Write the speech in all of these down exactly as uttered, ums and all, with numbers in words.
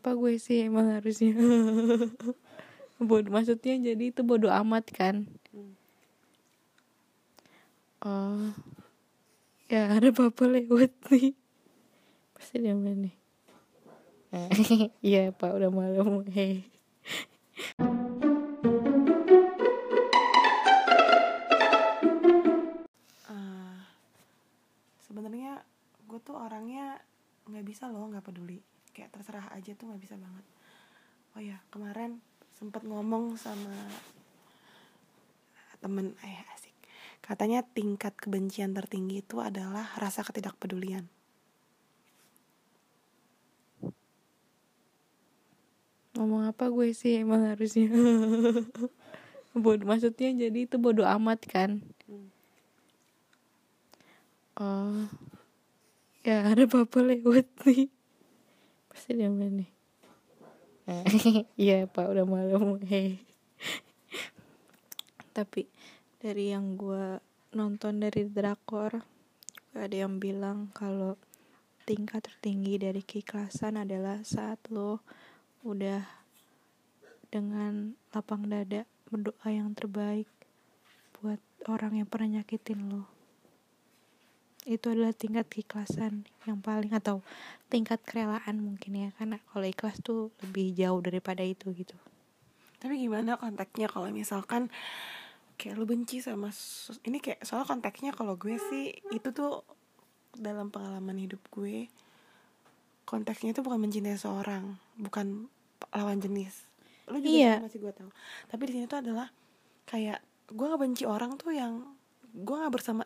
apa gue sih emang harusnya bodoh, maksudnya jadi itu bodoh amat kan. hmm. Oh ya, ada bapak lewat nih, pasti dia main nih. Iya pak, udah malam. Hei, uh, sebenarnya gue tuh orangnya nggak bisa loh nggak peduli, kayak terserah aja tuh nggak bisa banget. Oh ya, kemarin sempet ngomong sama temen, eh asik, katanya tingkat kebencian tertinggi itu adalah rasa ketidakpedulian. ngomong apa gue sih emang harusnya bodoh, maksudnya jadi itu bodoh amat kan. hmm. Oh ya, ada bapak lewat nih, pasti dia main nih. Iya pak, udah malam. Hei, tapi dari yang gue nonton dari drakor, ada yang bilang kalau tingkat tertinggi dari keikhlasan adalah saat lo udah dengan lapang dada berdoa yang terbaik buat orang yang pernah nyakitin lo. Itu adalah tingkat keikhlasan yang paling, atau tingkat kerelaan mungkin ya, karena kalau ikhlas tuh lebih jauh daripada itu gitu. Tapi gimana konteksnya kalau misalkan kayak lu benci sama ini, kayak soalnya konteksnya kalau gue sih itu tuh dalam pengalaman hidup gue, konteksnya itu bukan mencintai seorang, bukan lawan jenis. Lu juga Iya. sama sih, gue tahu. Tapi di sini tuh adalah kayak gue ngebenci orang tuh yang gue nggak bersama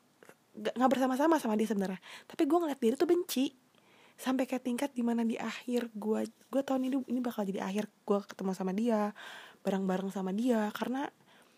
nggak bersama-sama sama dia sebenarnya, tapi gue ngeliat dia tuh benci sampai kayak tingkat dimana di akhir gue gue tahun ini ini bakal jadi akhir gue ketemu sama dia, bareng-bareng sama dia, karena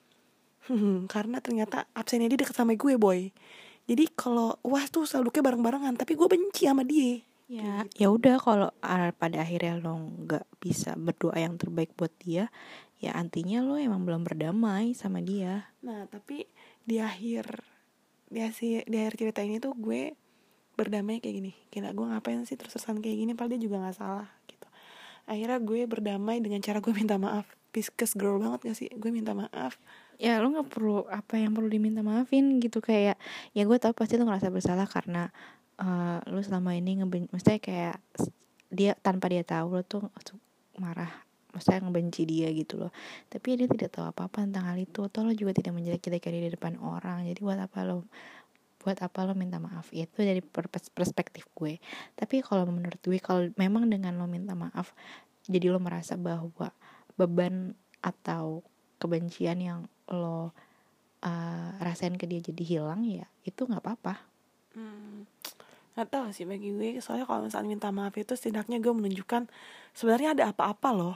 hmm, karena ternyata absennya dia deket sama gue, boy. Jadi kalau uas tuh selalu kayak bareng-barengan, tapi gue benci sama dia. Ya, ya udah, kalau uh, pada akhirnya lo nggak bisa berdoa yang terbaik buat dia, ya artinya lo emang belum berdamai sama dia. Nah, tapi di akhir di akhir di akhir cerita ini tuh gue berdamai kayak gini, gila gue ngapain sih terus-terusan kayak gini, padahal dia juga nggak salah gitu. Akhirnya gue berdamai dengan cara gue minta maaf. Pisces girl banget gak sih, gue minta maaf. Ya lo nggak perlu apa yang perlu diminta maafin gitu, kayak ya gue tahu pasti lo ngerasa bersalah karena uh, lo selama ini ngeben, maksudnya kayak dia tanpa dia tahu lo tuh marah, maksudnya ngebenci dia gitu loh. Tapi dia tidak tahu apa-apa tentang hal itu, atau lo juga tidak menjelek-jelekan dia di depan orang. Jadi buat apa lo buat apa lo minta maaf? Itu dari perspektif gue. Tapi kalau menurut gue, kalau memang dengan lo minta maaf jadi lo merasa bahwa beban atau kebencian yang lo uh, rasain ke dia jadi hilang, ya itu nggak apa-apa. Hmm, nggak tahu sih bagi gue, soalnya kalau misalnya minta maaf itu setidaknya gue menunjukkan sebenarnya ada apa-apa loh,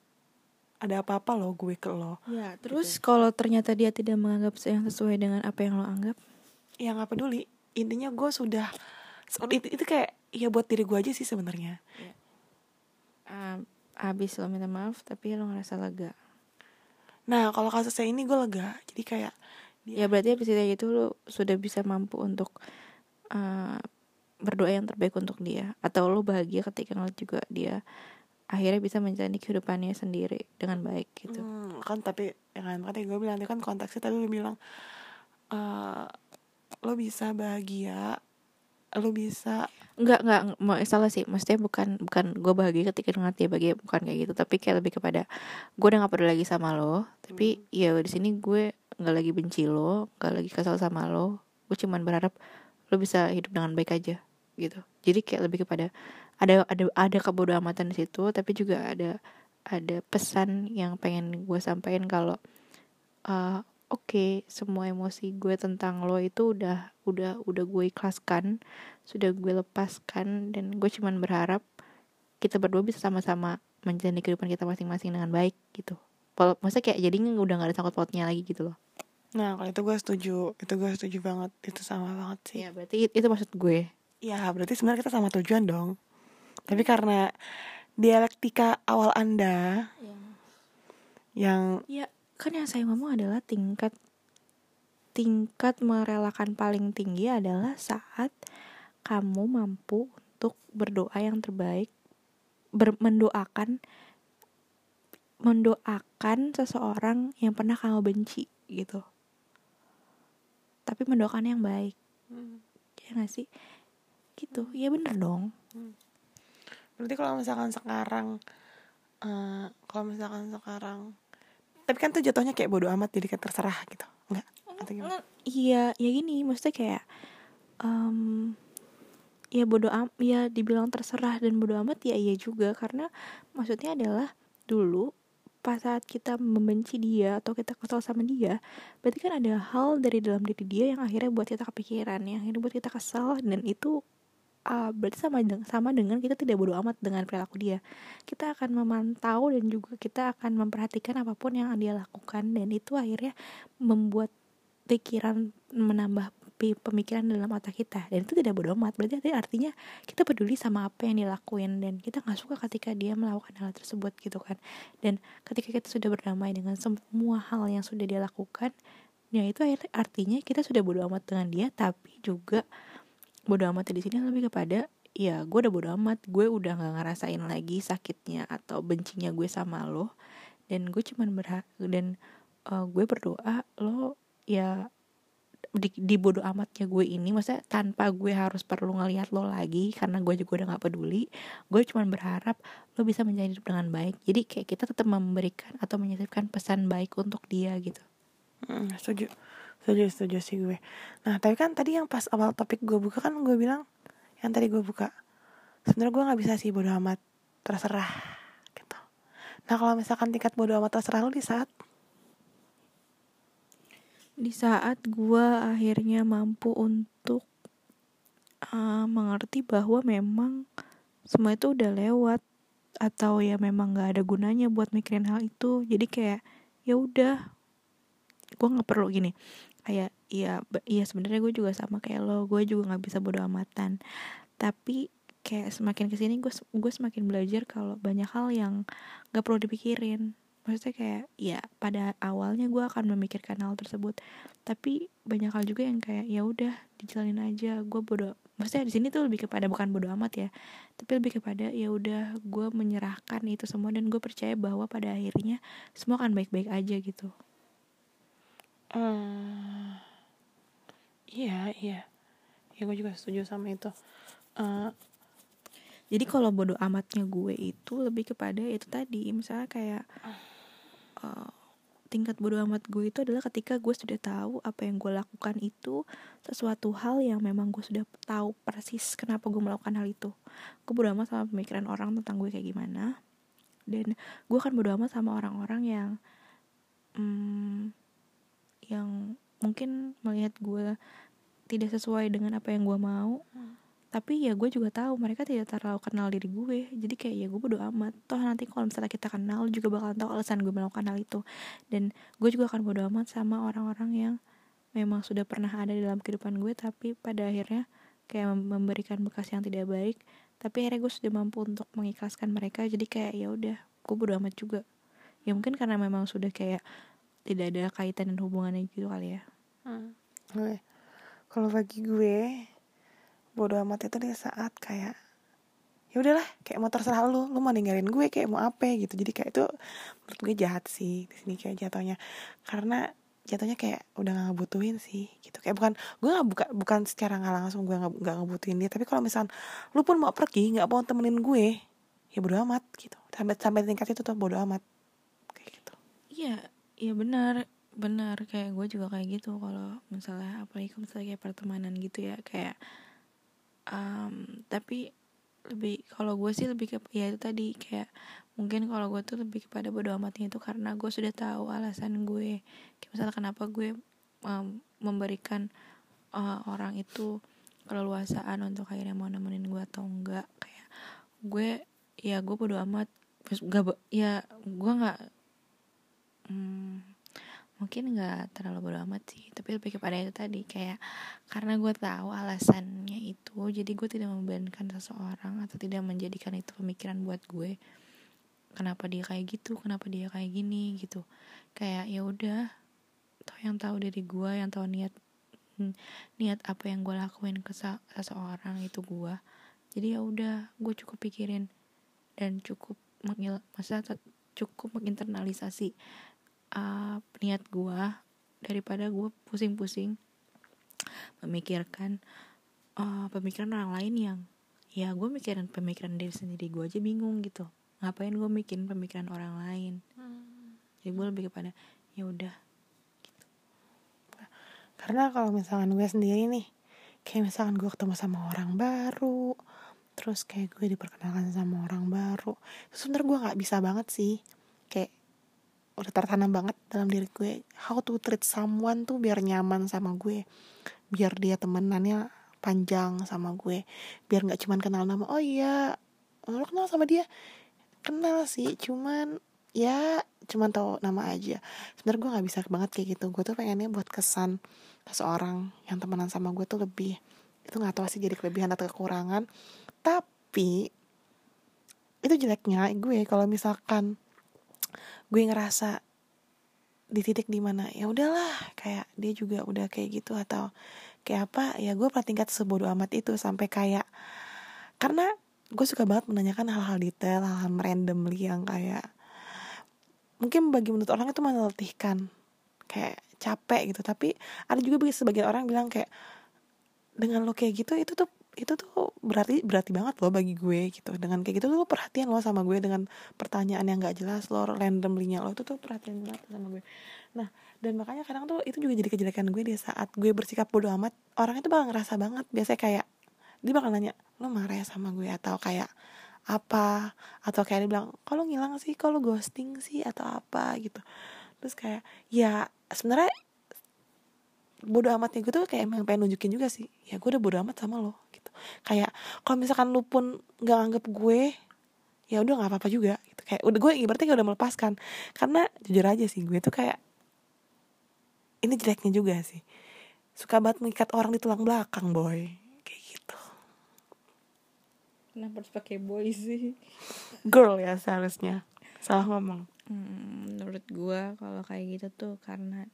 ada apa-apa loh gue ke lo. Ya terus gitu. Kalau ternyata dia tidak menganggap yang sesuai dengan apa yang lo anggap, ya nggak peduli. Intinya gue sudah itu, itu kayak ya buat diri gue aja sih sebenarnya. Ya. Um, abis lo minta maaf tapi lo ngerasa lega. Nah kalau kasusnya ini gue lega, jadi kayak dia... ya berarti abis itu lo sudah bisa mampu untuk uh, berdoa yang terbaik untuk dia, atau lo bahagia ketika ngeliat juga dia akhirnya bisa menjalani kehidupannya sendiri dengan baik gitu. Hmm, kan tapi ya kan tadi gue bilang, kan konteksnya tadi lo bilang uh, lo bisa bahagia, lo bisa enggak enggak mau salah sih, maksudnya bukan bukan gue bahagia ketika ngeliat dia bahagia, bukan kayak gitu, tapi kayak lebih kepada gue udah nggak peduli lagi sama lo, tapi hmm. ya di sini gue nggak lagi benci lo, nggak lagi kesal sama lo, gue cuman berharap lo bisa hidup dengan baik aja gitu. Jadi kayak lebih kepada ada ada ada kebodoh amatan di situ, tapi juga ada ada pesan yang pengen gue sampaikan kalau uh, oke, okay, semua emosi gue tentang lo itu udah udah udah gue ikhlaskan, sudah gue lepaskan, dan gue cuman berharap kita berdua bisa sama-sama menjalani kehidupan kita masing-masing dengan baik gitu. Maksudnya kayak jadinya udah nggak ada sangkut pautnya lagi gitu loh. Nah kalau itu gue setuju, itu gue setuju banget, itu sama banget sih. Ya berarti itu maksud gue. Ya berarti sebenarnya kita sama tujuan dong. Tapi karena dialektika awal Anda ya. yang ya kan yang saya ngomong adalah tingkat tingkat merelakan paling tinggi adalah saat kamu mampu untuk berdoa yang terbaik ber- mendoakan mendoakan seseorang yang pernah kamu benci gitu, tapi mendoakan yang baik. Hmm. Ya nggak sih gitu? Ya bener dong. Hmm. Berarti kalau misalkan sekarang uh, kalau misalkan sekarang tapi kan tuh jatuhnya kayak bodo amat, jadi kayak terserah gitu, enggak? Atau gimana? Iya, ya gini, maksudnya kayak um, ya bodo amat, ya dibilang terserah dan bodo amat ya iya juga, karena maksudnya adalah dulu pas saat kita membenci dia atau kita kesal sama dia, berarti kan ada hal dari dalam diri dia yang akhirnya buat kita kepikiran, yang akhirnya buat kita kesal, dan itu uh, berarti sama sama dengan kita tidak bodo amat dengan perilaku dia. Kita akan memantau dan juga kita akan memperhatikan apapun yang dia lakukan, dan itu akhirnya membuat pikiran, menambah pemikiran dalam otak kita, dan itu tidak bodo amat. Berarti artinya kita peduli sama apa yang dilakuin, dan kita nggak suka ketika dia melakukan hal tersebut gitu kan. Dan ketika kita sudah berdamai dengan semua hal yang sudah dia lakukan, ya itu artinya kita sudah bodo amat dengan dia. Tapi juga bodo amat di sini lebih kepada ya gue udah bodo amat, gue udah nggak ngerasain lagi sakitnya atau bencinya gue sama lo, dan gue cuman berhak dan uh, gue berdoa lo ya di, di bodo amatnya gue ini, maksudnya tanpa gue harus perlu ngelihat lo lagi karena gue juga udah nggak peduli, gue cuma berharap lo bisa menjalani hidup dengan baik. Jadi kayak kita tetap memberikan atau menyisipkan pesan baik untuk dia gitu. Hmm, setuju setuju setuju sih gue. Nah tapi kan tadi yang pas awal topik gue buka kan gue bilang, yang tadi gue buka sebenarnya gue nggak bisa sih bodo amat, terserah gitu. Nah kalau misalkan tingkat bodo amat terserah lo di saat di saat gue akhirnya mampu untuk uh, mengerti bahwa memang semua itu udah lewat, atau ya memang nggak ada gunanya buat mikirin hal itu. Jadi kayak ya udah, gue nggak perlu gini kayak iya iya sebenarnya gue juga sama kayak lo, gue juga nggak bisa bodo amatan. Tapi kayak semakin kesini gue gue semakin belajar kalau banyak hal yang nggak perlu dipikirin. Maksudnya kayak ya pada awalnya gue akan memikirkan hal tersebut, tapi banyak hal juga yang kayak ya udah dijalanin aja, gue bodo. Maksudnya di sini tuh lebih kepada bukan bodo amat ya, tapi lebih kepada ya udah gue menyerahkan itu semua, dan gue percaya bahwa pada akhirnya semua akan baik-baik aja gitu. Hmm, iya iya ya gue juga setuju sama itu. Uh, Jadi kalau bodo amatnya gue itu lebih kepada itu tadi, misalnya kayak uh, tingkat bodo amat gue itu adalah ketika gue sudah tahu apa yang gue lakukan itu sesuatu hal yang memang gue sudah tahu persis kenapa gue melakukan hal itu. Gue bodo amat sama pemikiran orang tentang gue kayak gimana, dan gue akan bodo amat sama orang-orang yang hmm, yang mungkin melihat gue tidak sesuai dengan apa yang gue mau. hmm. Tapi ya gue juga tahu mereka tidak terlalu kenal diri gue, jadi kayak ya gue bodo amat. Toh nanti kalau misalnya kita kenal juga bakalan tahu alasan gue melakukan hal itu. Dan gue juga akan bodo amat sama orang-orang yang memang sudah pernah ada dalam kehidupan gue, tapi pada akhirnya kayak memberikan bekas yang tidak baik. Tapi akhirnya gue sudah mampu untuk mengikhlaskan mereka, jadi kayak ya udah gue bodo amat juga. Ya mungkin karena memang sudah kayak tidak ada kaitan dan hubungannya gitu kali ya. hmm. Gue kalau bagi gue bodo amat itu di saat kayak ya udahlah, kayak mau terserah lu, lu mau ninggalin gue kayak mau apa gitu. Jadi kayak itu menurut gue jahat sih di sini kayak jatuhnya, karena jatuhnya kayak udah gak ngebutuhin sih gitu. Kayak bukan gue nggak buka bukan secara nggak langsung gue nggak nggak ngebutuhin dia, tapi kalau misal lu pun mau pergi nggak mau temenin gue, ya bodo amat gitu. Sampai sampai tingkat itu tuh bodo amat kayak gitu. Iya, iya benar, benar kayak gue juga kayak gitu. Kalau misalnya apalagi kalau misalnya kayak pertemanan gitu ya, kayak um, tapi lebih kalau gue sih lebih ke ya itu tadi, kayak mungkin kalau gue tuh lebih kepada bodo amatnya itu karena gue sudah tahu alasan gue. Kayak misalnya kenapa gue um, memberikan uh, orang itu keleluasaan untuk akhirnya mau nemenin gue atau enggak. Kayak gue ya gue bodo amat, gak, ya gue nggak hmm, mungkin nggak terlalu bodo amat sih, tapi lebih kepada itu tadi, kayak karena gue tahu alasannya itu, jadi gue tidak membebankan seseorang atau tidak menjadikan itu pemikiran buat gue kenapa dia kayak gitu, kenapa dia kayak gini gitu. Kayak ya udah, toh yang tahu diri gue, yang tahu niat niat apa yang gue lakuin ke seseorang itu gue. Jadi ya udah, gue cukup pikirin dan cukup mengil masa cukup menginternalisasi uh, niat gue daripada gue pusing-pusing memikirkan uh, pemikiran orang lain yang ya gue mikirin pemikiran diri sendiri gue aja bingung gitu, ngapain gue mikirin pemikiran orang lain. hmm. Jadi gue lebih kepada ya udah gitu. Karena kalau misalkan gue sendiri nih, kayak misalkan gue ketemu sama orang baru, terus kayak gue diperkenalkan sama orang baru, itu sebenernya gue nggak bisa banget sih, kayak udah tertanam banget dalam diri gue how to treat someone tuh biar nyaman sama gue, biar dia temenannya panjang sama gue, biar nggak cuman kenal nama. Oh iya, lo kenal sama dia? Kenal sih, cuman ya cuman tahu nama aja. Sebenarnya gue nggak bisa banget kayak gitu. Gue tuh pengennya buat kesan seseorang yang temenan sama gue tuh lebih, itu nggak tahu sih jadi kelebihan atau kekurangan. Tapi itu jeleknya gue kalau misalkan gue ngerasa di titik dimana ya udahlah kayak dia juga udah kayak gitu atau kayak apa, ya gue pada tingkat sebodoh amat itu sampai kayak, karena gue suka banget menanyakan hal-hal detail, hal-hal randomly yang kayak mungkin bagi menurut orang itu melelahkan, kayak capek gitu. Tapi ada juga bagi sebagian orang bilang kayak dengan lo kayak gitu itu tuh itu tuh berarti berarti banget loh bagi gue gitu. Dengan kayak gitu lo perhatian lo sama gue, dengan pertanyaan yang nggak jelas lo randomly-nya lo itu tuh perhatian banget sama gue. Nah, dan makanya kadang tuh itu juga jadi kejelekan gue di saat gue bersikap bodoh amat, orang itu bakal ngerasa banget. Biasanya kayak dia bakal nanya, lo marah ya sama gue atau kayak apa, atau kayak dia bilang kalau ngilang sih, kalau ghosting sih atau apa gitu. Terus kayak ya sebenarnya bodoh amatnya gue tuh kayak emang pengen nunjukin juga sih, ya gue udah bodoh amat sama lo gitu. Kayak kalau misalkan lo pun nggak anggap gue, ya udah nggak apa-apa juga gitu. Kayak udah gue ibaratnya kayak udah melepaskan. Karena jujur aja sih gue tuh kayak, ini jeleknya juga sih, suka banget mengikat orang di tulang belakang, boy, kayak gitu. Kenapa harus pakai boy sih? Girl ya seharusnya, salah ngomong. Hmm, menurut gue kalau kayak gitu tuh karena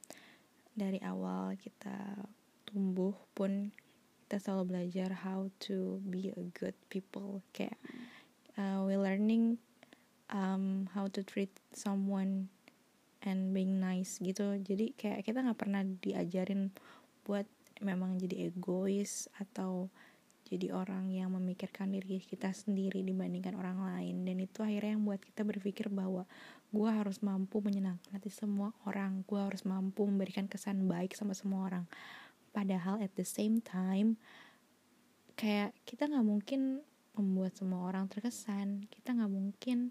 dari awal kita tumbuh pun kita selalu belajar how to be a good people, kayak uh, we learning um, how to treat someone and being nice gitu. Jadi kayak kita nggak pernah diajarin buat memang jadi egois atau jadi orang yang memikirkan diri kita sendiri dibandingkan orang lain. Dan itu akhirnya yang buat kita berpikir bahwa gue harus mampu menyenangkan hati semua orang, gue harus mampu memberikan kesan baik sama semua orang. Padahal at the same time kayak kita gak mungkin membuat semua orang terkesan, kita gak mungkin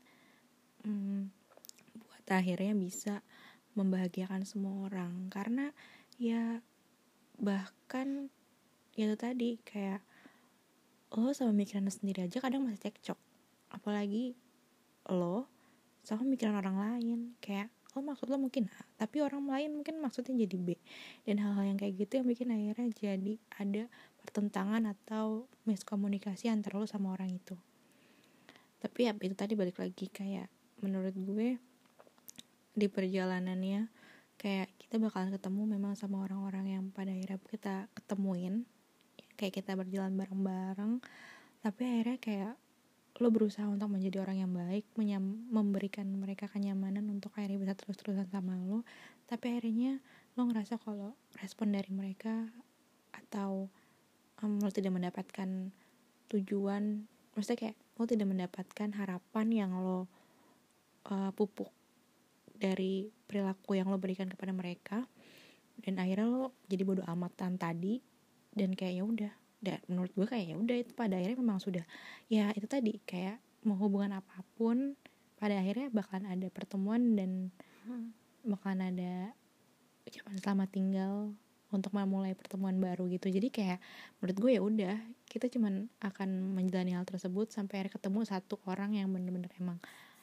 hmm, buat akhirnya bisa membahagiakan semua orang. Karena ya bahkan ya itu tadi, kayak lo sama mikiran lo sendiri aja kadang masih cekcok, apalagi lo sama mikiran orang lain. Kayak lo maksud lo mungkin A, tapi orang lain mungkin maksudnya jadi B. Dan hal-hal yang kayak gitu yang bikin akhirnya jadi ada pertentangan atau miskomunikasi antara lo sama orang itu. Tapi ya itu tadi balik lagi, kayak menurut gue di perjalanannya kayak kita bakalan ketemu memang sama orang-orang yang pada akhirnya kita ketemuin, kayak kita berjalan bareng-bareng, tapi akhirnya kayak lo berusaha untuk menjadi orang yang baik, menyam, memberikan mereka kenyamanan untuk akhirnya bisa terus-terusan sama lo. Tapi akhirnya lo ngerasa kalau respon dari mereka atau um, lo tidak mendapatkan tujuan, maksudnya kayak lo tidak mendapatkan harapan yang lo uh, pupuk dari perilaku yang lo berikan kepada mereka, dan akhirnya lo jadi bodoh amatan tadi. Dan kayak ya udah, dan menurut gue kayak ya udah itu pada akhirnya memang sudah ya itu tadi, kayak mau hubungan apapun pada akhirnya bakalan ada pertemuan dan hmm. bakalan ada ucapan selamat tinggal untuk memulai pertemuan baru gitu. Jadi kayak menurut gue ya udah, kita cuman akan menjalani hal tersebut sampai akhirnya ketemu satu orang yang benar-benar emang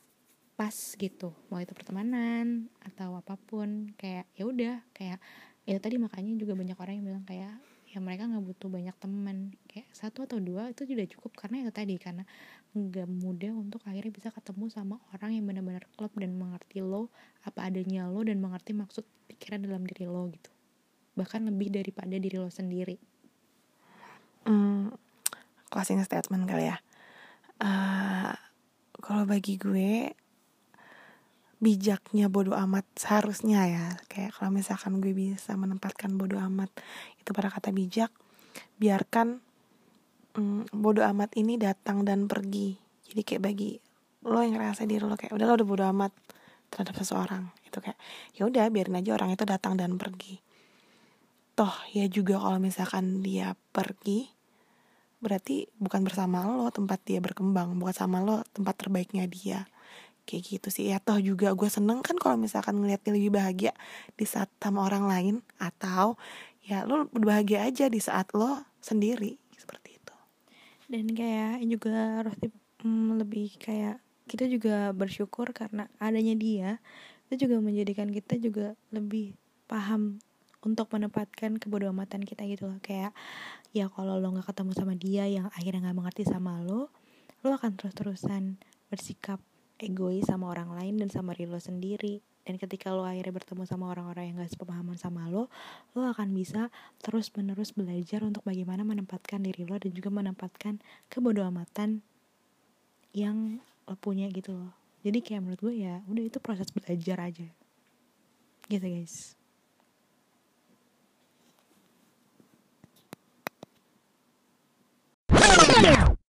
pas gitu, mau itu pertemanan atau apapun. Kayak ya udah, kayak itu tadi, makanya juga banyak orang yang bilang kayak ya mereka nggak butuh banyak teman, kayak satu atau dua itu sudah cukup. Karena itu tadi, karena nggak mudah untuk akhirnya bisa ketemu sama orang yang benar-benar klop dan mengerti lo apa adanya lo dan mengerti maksud pikiran dalam diri lo gitu, bahkan lebih daripada diri lo sendiri. hmm, Closing statement kali ya. uh, kalau bagi gue bijaknya bodo amat seharusnya ya, kayak kalau misalkan gue bisa menempatkan bodo amat itu pada kata bijak, biarkan mm, bodo amat ini datang dan pergi. Jadi kayak bagi lo yang ngerasa diri lo kayak udah lo udah bodo amat terhadap seseorang, itu kayak ya udah biarin aja orang itu datang dan pergi. Toh ya juga kalau misalkan dia pergi, berarti bukan bersama lo tempat dia berkembang, bukan sama lo tempat terbaiknya dia. Kayak gitu sih. Ya toh juga gue seneng kan kalau misalkan ngeliat dia lebih bahagia di saat sama orang lain, atau ya lo bahagia aja di saat lo sendiri, seperti itu. Dan kayak juga Roti mm, lebih kayak kita juga bersyukur karena adanya dia, itu juga menjadikan kita juga lebih paham untuk menempatkan kebodohamatan kita gitu loh. Kayak ya kalau lo gak ketemu sama dia yang akhirnya gak mengerti sama lo, lo akan terus-terusan bersikap egois sama orang lain dan sama diri lo sendiri. Dan ketika lo akhirnya bertemu sama orang-orang yang gak sepemahaman sama lo, lo akan bisa terus-menerus belajar untuk bagaimana menempatkan diri lo dan juga menempatkan kebodohamatan yang lo punya gitu loh. Jadi kayak menurut gue ya udah itu proses belajar aja gitu guys.